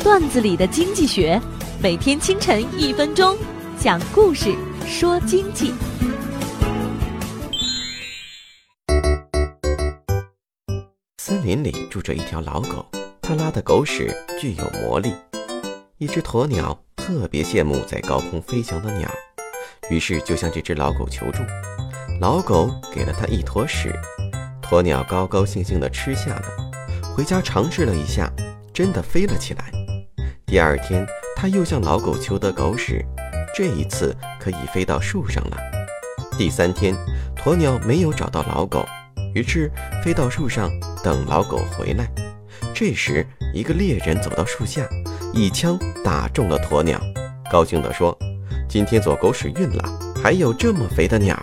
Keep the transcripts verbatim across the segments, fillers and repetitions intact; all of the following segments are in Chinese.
段子里的经济学，每天清晨一分钟，讲故事说经济。 森林里住着一条老狗，它拉的狗屎具有魔力。一只鸵鸟特别羡慕在高空飞翔的鸟，于是就向这只老狗求助。老狗给了它一坨屎，鸵鸟高高兴兴地吃下了，回家尝试了一下，真的飞了起来。第二天，它又向老狗求得狗屎，这一次可以飞到树上了。第三天，鸵鸟没有找到老狗，于是飞到树上等老狗回来。这时，一个猎人走到树下，一枪打中了鸵鸟，高兴地说：“今天做狗屎运了，还有这么肥的鸟。”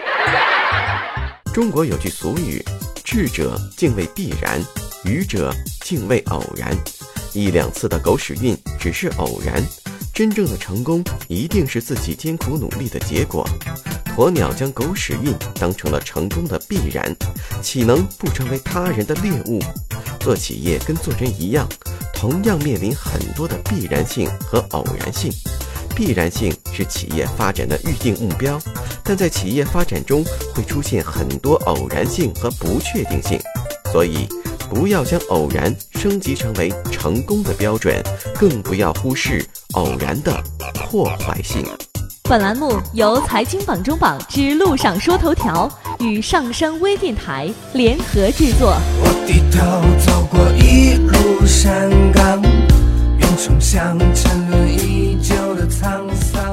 中国有句俗语：智者敬畏必然，愚者敬畏偶然。一两次的狗屎运只是偶然，真正的成功一定是自己艰苦努力的结果。鸵鸟将狗屎运当成了成功的必然，岂能不成为他人的猎物？做企业跟做人一样，同样面临很多的必然性和偶然性。必然性是企业发展的预定目标，但在企业发展中会出现很多偶然性和不确定性，所以不要将偶然升级成为成功的标准，更不要忽视偶然的破坏性。 本栏目由财经榜中榜之路上说头条与上山微电台联合制作。 我低头走过一路山岗，愿冲向沉沦已久的沧桑。